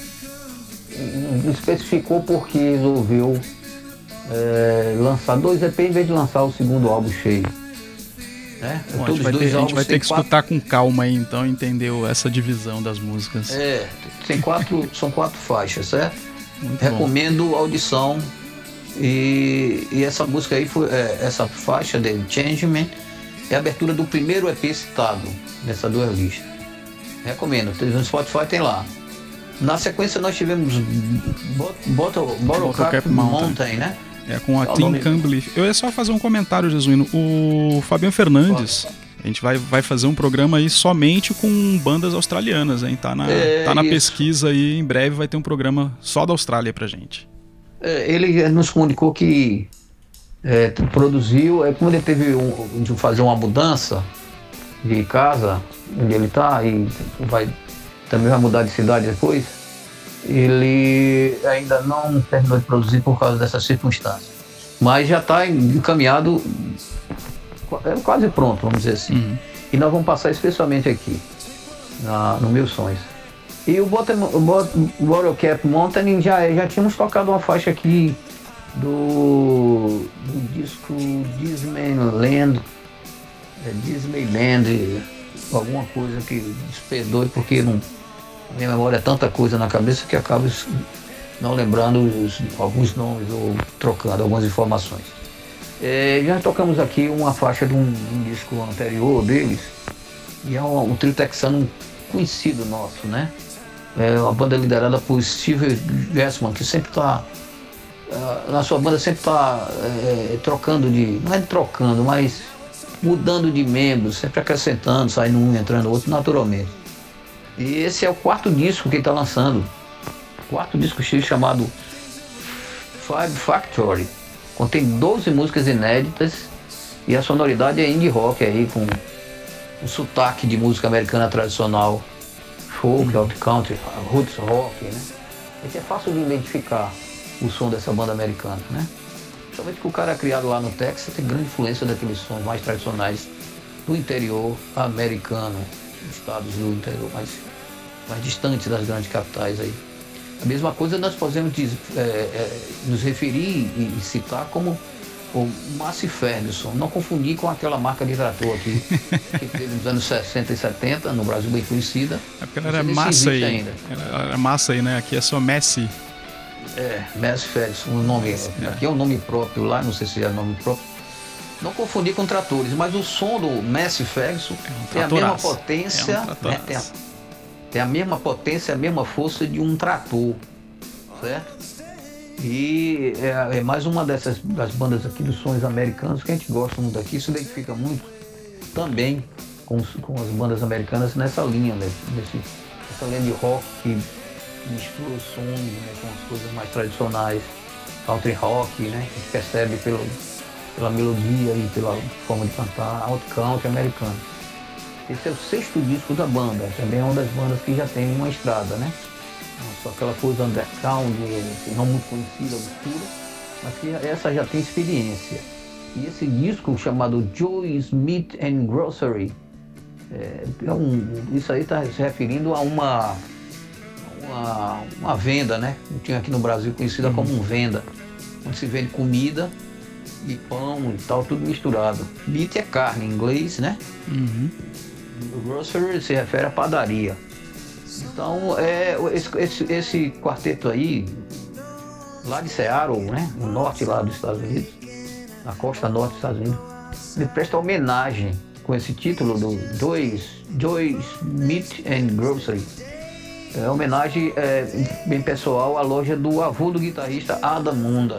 especificou porque resolveu é, lançar dois E Pês em vez de lançar o segundo álbum cheio. Né? Bom, a gente vai ter, a gente vai ter que quatro... escutar com calma aí, então, entendeu essa divisão das músicas. É, tem quatro, são quatro faixas, certo? Muito Recomendo bom. a audição. E, e essa música aí, foi, é, essa faixa dele, Changeman, é a abertura do primeiro E P citado nessa duas listas. Recomendo, no Spotify tem lá. Na sequência nós tivemos Bottle, Bottle Cap, Cap Mountain, Mountain, né? É com a Clean Cumberland. Eu ia só fazer um comentário, Jesuíno. O Fabiano Fernandes, a gente vai, vai fazer um programa aí somente com bandas australianas, hein? Tá na, é, tá na pesquisa aí, em breve vai ter um programa só da Austrália pra gente. Ele nos comunicou que é, produziu, é, como ele teve um, de fazer uma mudança de casa, onde ele está, e vai, também vai mudar de cidade depois, ele ainda não terminou de produzir por causa dessas circunstâncias. Mas já está encaminhado, é quase pronto, vamos dizer assim. Uhum. E nós vamos passar especialmente aqui, na, no Meus Sonhos. E o Bottle Cap Mountain já, já tínhamos tocado uma faixa aqui do, do disco Disneyland, é, Disneyland, alguma coisa que desperdoe, porque não, minha memória é tanta coisa na cabeça que acabo não lembrando os, alguns nomes ou trocando algumas informações. É, já tocamos aqui uma faixa de um, um disco anterior deles, e é um, um trio texano conhecido nosso, né? É uma banda liderada por Steve Gessman, que sempre está, na sua banda sempre está é, trocando de, não é trocando, mas mudando de membros, sempre acrescentando, saindo um, entrando outro naturalmente. E esse é o quarto disco que ele está lançando. Quarto disco chamado Five Factory. Contém doze músicas inéditas e a sonoridade é indie rock aí, com um sotaque de música americana tradicional, folk, alt country, roots rock, né? É fácil de identificar o som dessa banda americana, né? Principalmente que o cara é criado lá no Texas, tem grande influência daqueles sons mais tradicionais do interior americano, estados do interior mais, mais distantes das grandes capitais aí. A mesma coisa nós podemos dizer, é, é, nos referir e, e citar como o Massey Ferguson, não confundir com aquela marca de trator aqui, que teve nos anos sessenta e setenta, no Brasil bem conhecida. É porque ela era massa aí, ainda. Ela era massa aí, né? Aqui é só Massey. É, Massey Ferguson, o nome, é. Aqui é um nome próprio, lá não sei se é nome próprio. Não confundir com tratores, mas o som do Massey Ferguson é um tem a mesma potência, é um né, tem, a, tem a mesma potência, a mesma força de um trator, certo? E é, é mais uma dessas das bandas aqui dos sons americanos que a gente gosta muito aqui, se identifica muito também com, com as bandas americanas nessa linha, né? Nesse, essa linha de rock que mistura os sons, né, com as coisas mais tradicionais, country rock, né? A gente percebe pelo, pela melodia e pela forma de cantar, alt country americano. Esse é o sexto disco da banda, também é uma das bandas que já tem uma estrada, né? Só aquela coisa underground, não muito conhecida, obscura, mas que essa já tem experiência. E esse disco chamado Joe's Meat and Grocery, é, é um, isso aí está se referindo a uma, uma, uma venda, né? Que tinha aqui no Brasil conhecida uhum. como um venda, onde se vende comida e pão e tal, tudo misturado. Meat é carne em inglês, né? Uhum. O grocery se refere à padaria. Então, é, esse, esse, esse quarteto aí, lá de Seattle, né, no norte lá dos Estados Unidos, na costa norte dos Estados Unidos, ele presta homenagem com esse título do Joe's, Joe's Meat and Grocery. É homenagem é, bem pessoal à loja do avô do guitarrista Adam Munda.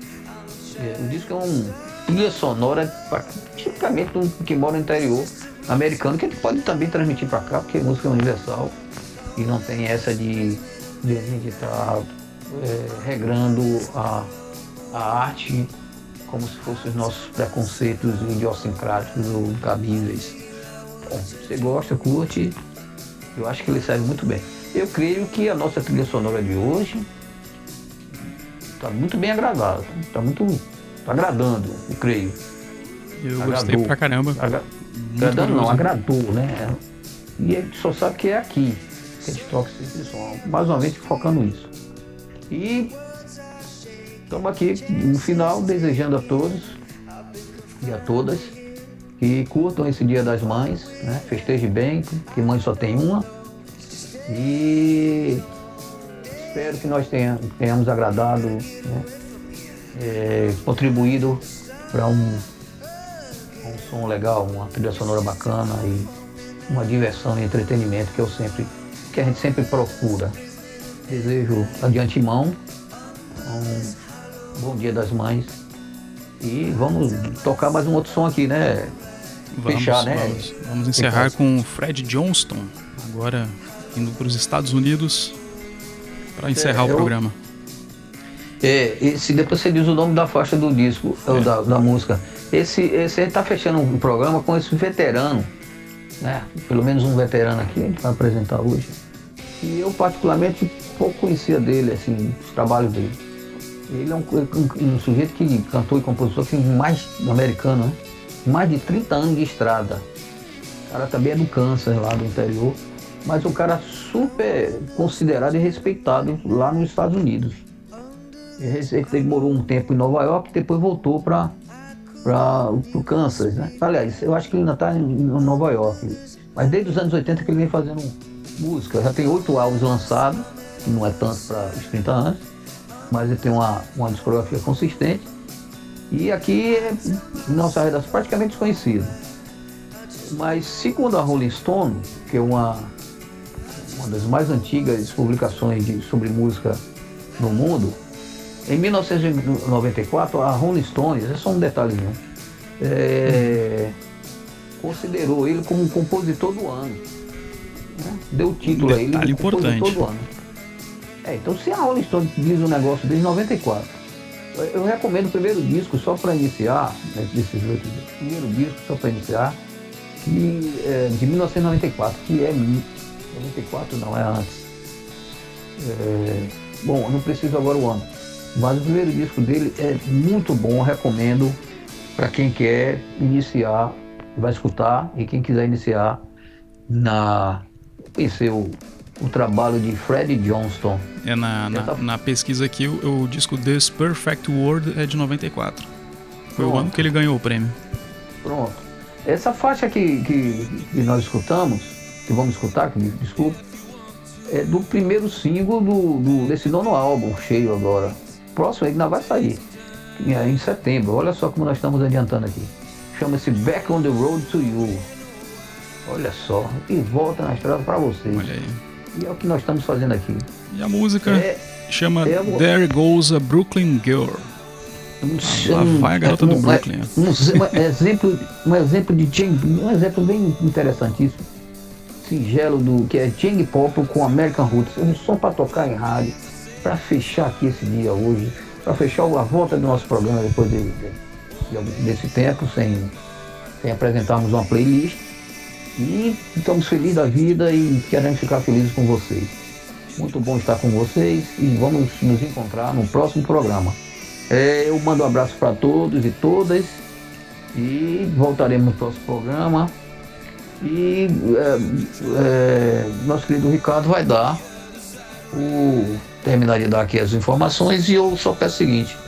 É, o disco é um trilha sonora tipicamente do que mora no interior americano, que a gente pode também transmitir para cá, porque a música é universal. E não tem essa de, de a gente estar tá, é, regrando a, a arte como se fossem os nossos preconceitos idiosincráticos ou cabíveis. Bom, você gosta, curte, eu acho que ele serve muito bem. Eu creio que a nossa trilha sonora de hoje está muito bem agradada, está muito tá agradando, eu creio. Eu agradou. Gostei pra caramba. Agra, agradando não, agradou, né? E a gente só sabe que é aqui. Que a gente toca esse som, mais uma vez focando nisso. E estamos aqui no final desejando a todos e a todas que curtam esse Dia das Mães, né? Festejem bem, que mãe só tem uma. E espero que nós tenhamos, tenhamos agradado, né? É, contribuído para um, um som legal, uma trilha sonora bacana e uma diversão e entretenimento que eu sempre que a gente sempre procura. Desejo de antemão um bom Dia das Mães e vamos tocar mais um outro som aqui, né? Vamos, Fechar, né? Vamos, vamos encerrar com o Fred Johnston, agora indo para os Estados Unidos para encerrar é, o eu, programa. É, esse, depois você diz o nome da faixa do disco, é. da, da música. Esse, esse está fechando o programa com esse veterano, né? Pelo menos um veterano aqui, a gente vai apresentar hoje. E eu particularmente pouco conhecia dele, assim, os trabalhos dele. Ele é um, um, um sujeito que cantor e compositor que tem mais americano, né? Mais de trinta anos de estrada. O cara também é do Kansas, lá do interior, mas um cara super considerado e respeitado lá nos Estados Unidos. Ele morou um tempo em Nova York e depois voltou para o Kansas, né? Aliás, eu acho que ele ainda está em Nova York, mas desde os anos oitenta que ele vem fazendo música. Já tem oito álbuns lançados, que não é tanto para os trinta anos, mas ele tem uma, uma discografia consistente. E aqui é nossa redação praticamente desconhecida. Mas segundo a Rolling Stone, que é uma, uma das mais antigas publicações de, sobre música no mundo, em mil novecentos e noventa e quatro a Rolling Stone, é só um detalhezinho, é, considerou ele como um compositor do ano. Né? Deu o título aí. Detalhe importante. Todo ano. É, então se a Rolling Stone diz um negócio desde noventa e quatro, eu, eu recomendo o primeiro disco só para iniciar, né, desses outros, o primeiro disco só para iniciar, que é de mil novecentos e noventa e quatro, que é noventa e quatro não, é antes. É, bom, não preciso agora o ano, mas o primeiro disco dele é muito bom, recomendo para quem quer iniciar, vai escutar, e quem quiser iniciar na conhecer o, o trabalho de Freddie Johnston. É na, na, na pesquisa aqui, o, o disco This Perfect World é de noventa e quatro. Foi Pronto. O ano que ele ganhou o prêmio. Pronto. Essa faixa que, que, que nós escutamos, que vamos escutar, que me desculpe, é do primeiro single do, do, desse nono álbum, cheio agora. Próximo ainda vai sair, é em setembro. Olha só como nós estamos adiantando aqui. Chama-se Back on the Road to You. Olha só, e volta na estrada para vocês. Olha aí. E é o que nós estamos fazendo aqui. E a música é, chama é, There Goes a Brooklyn Girl. Um, Lá vai a garota um, do Brooklyn. Um, um, exemplo, um exemplo de Chang, um exemplo bem interessantíssimo, singelo, do que é Chang Pop com American Roots. Um som para tocar em rádio, para fechar aqui esse dia hoje, para fechar a volta do nosso programa depois de, de, desse tempo, sem, sem apresentarmos uma playlist. E estamos felizes da vida e queremos ficar felizes com vocês. Muito bom estar com vocês e vamos nos encontrar no próximo programa. É, eu mando um abraço para todos e todas e voltaremos no próximo programa. E é, é, nosso querido Ricardo vai dar, o, terminar de dar aqui as informações, e eu só peço o seguinte,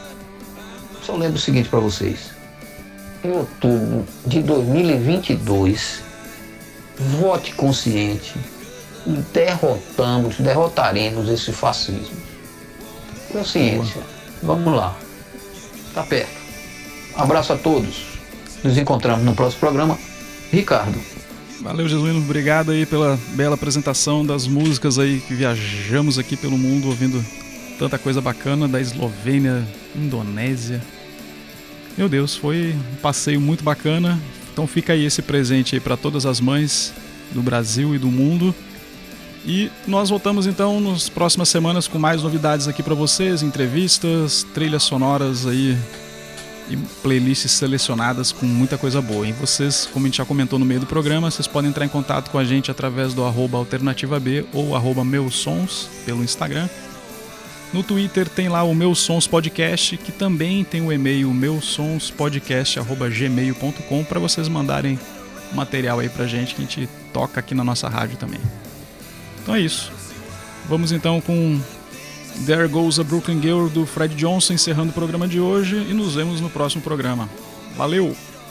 só lembro o seguinte para vocês. Em outubro de dois mil e vinte e dois, vote consciente e derrotamos, derrotaremos esse fascismo. Consciência. Vamos lá. Tá perto. Um abraço a todos. Nos encontramos no próximo programa. Ricardo. Valeu, Jesuíno. Obrigado aí pela bela apresentação das músicas aí que viajamos aqui pelo mundo ouvindo tanta coisa bacana da Eslovênia, Indonésia. Meu Deus, foi um passeio muito bacana. Então fica aí esse presente aí para todas as mães do Brasil e do mundo. E nós voltamos então nas próximas semanas com mais novidades aqui para vocês, entrevistas, trilhas sonoras aí e playlists selecionadas com muita coisa boa. E vocês, como a gente já comentou no meio do programa, vocês podem entrar em contato com a gente através do arroba alternativa B ou arroba meus sons pelo Instagram. No Twitter tem lá o Meus Sons Podcast, que também tem o e-mail meusonspodcast arroba gmail ponto com para vocês mandarem material aí pra gente que a gente toca aqui na nossa rádio também. Então é isso. Vamos então com There Goes a Brooklyn Girl do Fred Johnson, encerrando o programa de hoje, e nos vemos no próximo programa. Valeu!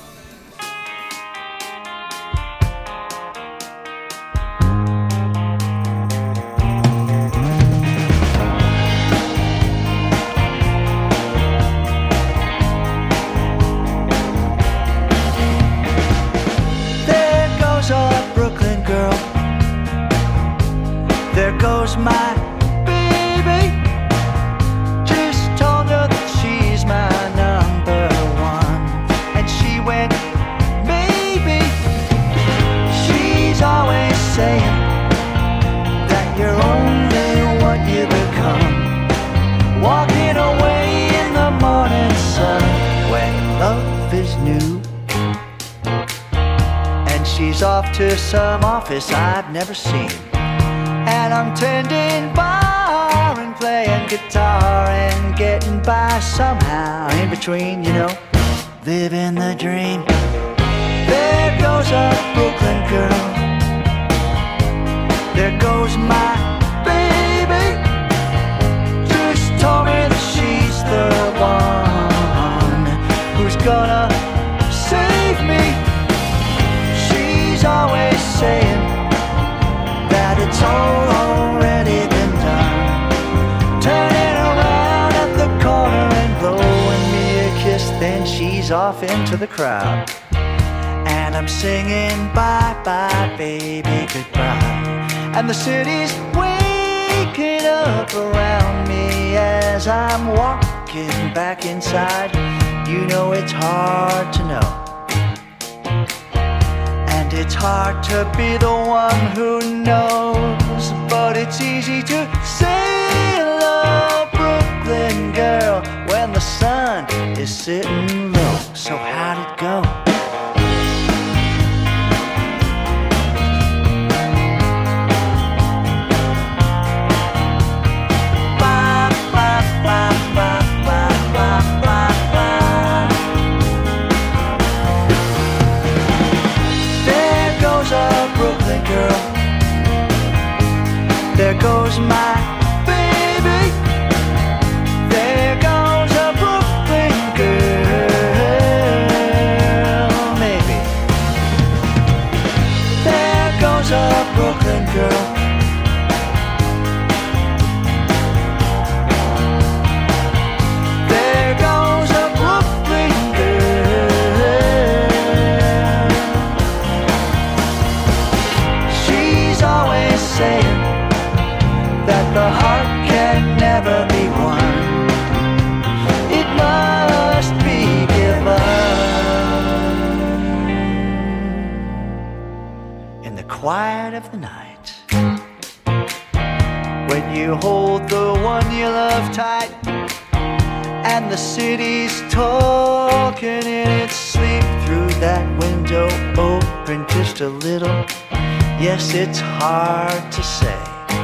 My baby, just told her that she's my number one, and she went, maybe. She's always saying that you're only what you become, walking away in the morning sun when love is new, and she's off to some office I've never seen. And I'm tending bar and playing guitar and getting by somehow in between, you know, living the dream. There goes a Brooklyn girl. There goes my baby. Just told me that she's the one who's gonna save me. She's always saying that it's all already been done, turning around at the corner and blowing me a kiss, then she's off into the crowd, and I'm singing bye bye baby goodbye, and the city's waking up around me as I'm walking back inside. You know it's hard to know, and it's hard to be the one who knows, but it's easy to say hello, Brooklyn girl, when the sun is sitting low. So how'd it go? There goes my baby. There goes a Brooklyn girl. Maybe. There goes a Brooklyn girl. There goes a Brooklyn girl. She's always saying that the heart can never be won. It must be given in the quiet of the night, when you hold the one you love tight, and the city's talking in its sleep through that window open just a little. Yes, it's hard to say.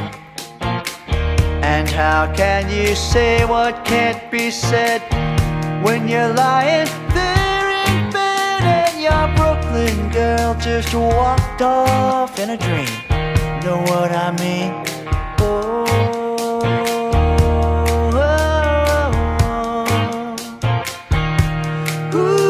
And how can you say what can't be said when you're lying there in bed and your Brooklyn girl just walked off in a dream? Know what I mean? Oh, oh, oh, oh. Ooh.